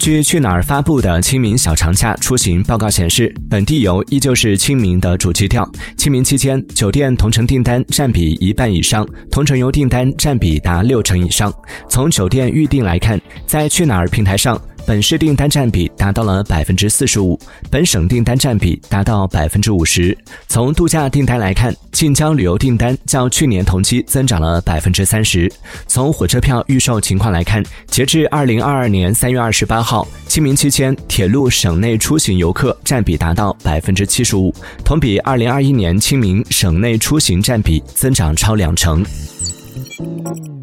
据去哪儿发布的清明小长假出行报告显示，本地游依旧是清明的主基调。清明期间，酒店同城订单占比1半以上，同城游订单占比达60%以上。从酒店预订来看，在去哪儿平台上，本市订单占比达到了45%，本省订单占比达到50%。从度假订单来看，近郊旅游订单较去年同期增长了30%。从火车票预售情况来看，截至2022年3月28号，清明期间铁路省内出行游客占比达到75%，同比2021年清明省内出行占比增长超2成。